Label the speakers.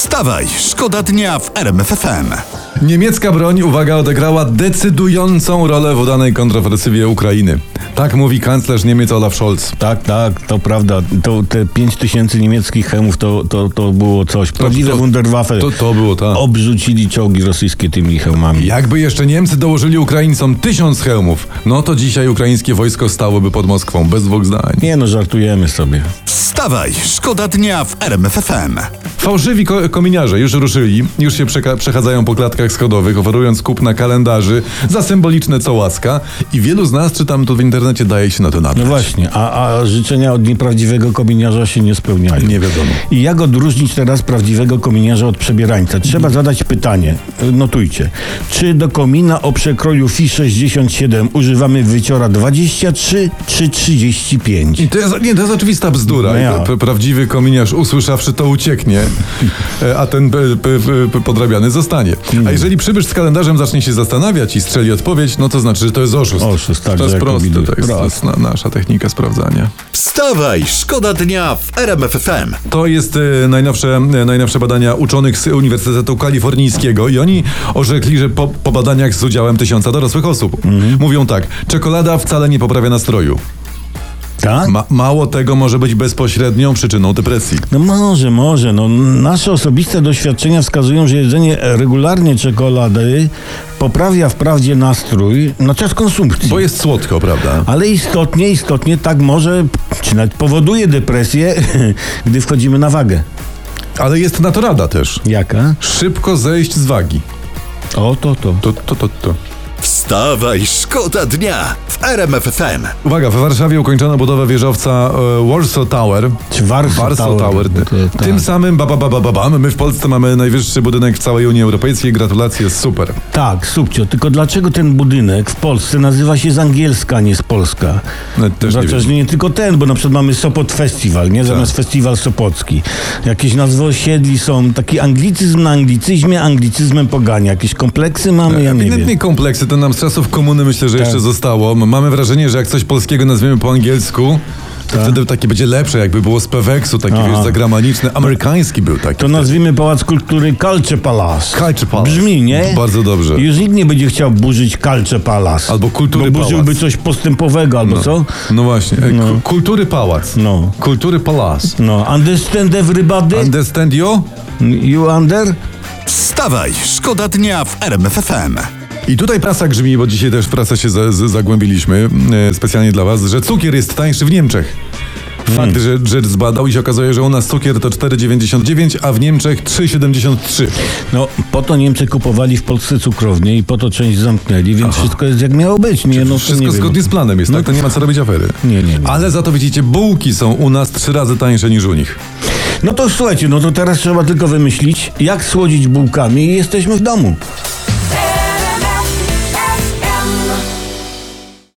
Speaker 1: Wstawaj, szkoda dnia w RMF FM.
Speaker 2: Niemiecka broń, uwaga, odegrała decydującą rolę w udanej kontrofersywie Ukrainy. Tak mówi kanclerz Niemiec Olaf Scholz.
Speaker 3: Tak, to prawda. Te 5000 niemieckich hełmów to było coś. Prawdziwe Wunderwaffe.
Speaker 2: To było tak.
Speaker 3: Obrzucili czołgi rosyjskie tymi hełmami.
Speaker 2: Jakby jeszcze Niemcy dołożyli Ukraińcom 1000 hełmów, no to dzisiaj ukraińskie wojsko stałoby pod Moskwą, bez dwóch zdań.
Speaker 3: Nie no, żartujemy sobie.
Speaker 1: Wstawaj, szkoda dnia w RMF FM.
Speaker 2: Fałszywi kominiarze już ruszyli, już się przechadzają po klatkach schodowych, oferując kupna kalendarzy za symboliczne cołaska i wielu z nas, czytam tu w internecie, daje się na to nabrać.
Speaker 3: No właśnie, a życzenia od nieprawdziwego kominiarza się nie spełniają.
Speaker 2: Nie wiadomo.
Speaker 3: I jak odróżnić teraz prawdziwego kominiarza od przebierańca? Trzeba zadać pytanie, notujcie. Czy do komina o przekroju FI 67 używamy wyciora 23 czy 35?
Speaker 2: To jest oczywista bzdura.
Speaker 3: No ja.
Speaker 2: Prawdziwy kominiarz, usłyszawszy to, ucieknie, a ten podrabiany zostanie. A jeżeli przybysz z kalendarzem zacznie się zastanawiać i strzeli odpowiedź, no to znaczy, że to jest oszust.
Speaker 3: Oszust, tak.
Speaker 2: To jest proste. To jest nasza technika sprawdzania.
Speaker 1: Wstawaj, szkoda dnia w RMF FM.
Speaker 2: To jest najnowsze badania uczonych z Uniwersytetu Kalifornijskiego i oni orzekli, że po badaniach z udziałem 1000 dorosłych osób. Mówią tak: czekolada wcale nie poprawia nastroju.
Speaker 3: Tak?
Speaker 2: Mało tego, może być bezpośrednią przyczyną depresji.
Speaker 3: No może. No, nasze osobiste doświadczenia wskazują, że jedzenie regularnie czekolady poprawia wprawdzie nastrój na czas konsumpcji.
Speaker 2: Bo jest słodko, prawda?
Speaker 3: Ale istotnie tak może, czy nawet powoduje depresję, gdy wchodzimy na wagę.
Speaker 2: Ale jest na to rada też.
Speaker 3: Jaka?
Speaker 2: Szybko zejść z wagi.
Speaker 3: O, to.
Speaker 1: ToWstawaj, szkoda dnia w RMF FM.
Speaker 2: Uwaga, we Warszawie ukończono budowę wieżowca Warsaw Tower.
Speaker 3: Czy Warsaw Tower.
Speaker 2: Tym samym my w Polsce mamy najwyższy budynek w całej Unii Europejskiej. Gratulacje, super.
Speaker 3: Tak, subcio. Tylko dlaczego ten budynek w Polsce nazywa się z angielska, a nie z Polska?
Speaker 2: No, też
Speaker 3: nie tylko ten, bo na przykład mamy Sopot Festival, nie? Zamiast Festiwal Sopocki. Jakieś nazwy osiedli są, taki anglicyzm na anglicyzmie, anglicyzmem pogania. Jakieś kompleksy mamy, ja nie wiem.
Speaker 2: Kompleksy, to nam z czasów komuny myślę, że jeszcze zostało. Mamy wrażenie, że jak coś polskiego nazwiemy po angielsku, to wtedy takie będzie lepsze, jakby było z Peweksu, taki zagraniczny, amerykański był taki.
Speaker 3: To nazwijmy Pałac Kultury Culture Palace.
Speaker 2: Culture Palace.
Speaker 3: Brzmi, nie?
Speaker 2: Bardzo dobrze.
Speaker 3: Już nikt nie będzie chciał burzyć Culture Palace.
Speaker 2: Albo Kultury Pałac.
Speaker 3: Burzyłby coś postępowego, albo co?
Speaker 2: No właśnie. Kultury Pałac.
Speaker 3: No.
Speaker 2: Kultury Palace.
Speaker 3: No. Understand everybody?
Speaker 2: Understand you?
Speaker 3: You under?
Speaker 1: Wstawaj, szkoda dnia w RMF FM.
Speaker 2: I tutaj prasa grzmi, bo dzisiaj też w prasę się zagłębiliśmy, specjalnie dla was, że cukier jest tańszy w Niemczech. Fakt, że zbadał i się okazuje, że u nas cukier to 4,99, a w Niemczech 3,73.
Speaker 3: No, po to Niemcy kupowali w Polsce cukrownię i po to część zamknęli, więc wszystko jest jak miało być. Nie, no,
Speaker 2: wszystko
Speaker 3: nie
Speaker 2: zgodnie z planem jest, tak? To nie ma co robić afery.
Speaker 3: Nie.
Speaker 2: Ale za to widzicie, bułki są u nas 3 razy tańsze niż u nich.
Speaker 3: No to słuchajcie, no to teraz trzeba tylko wymyślić, jak słodzić bułkami i jesteśmy w domu.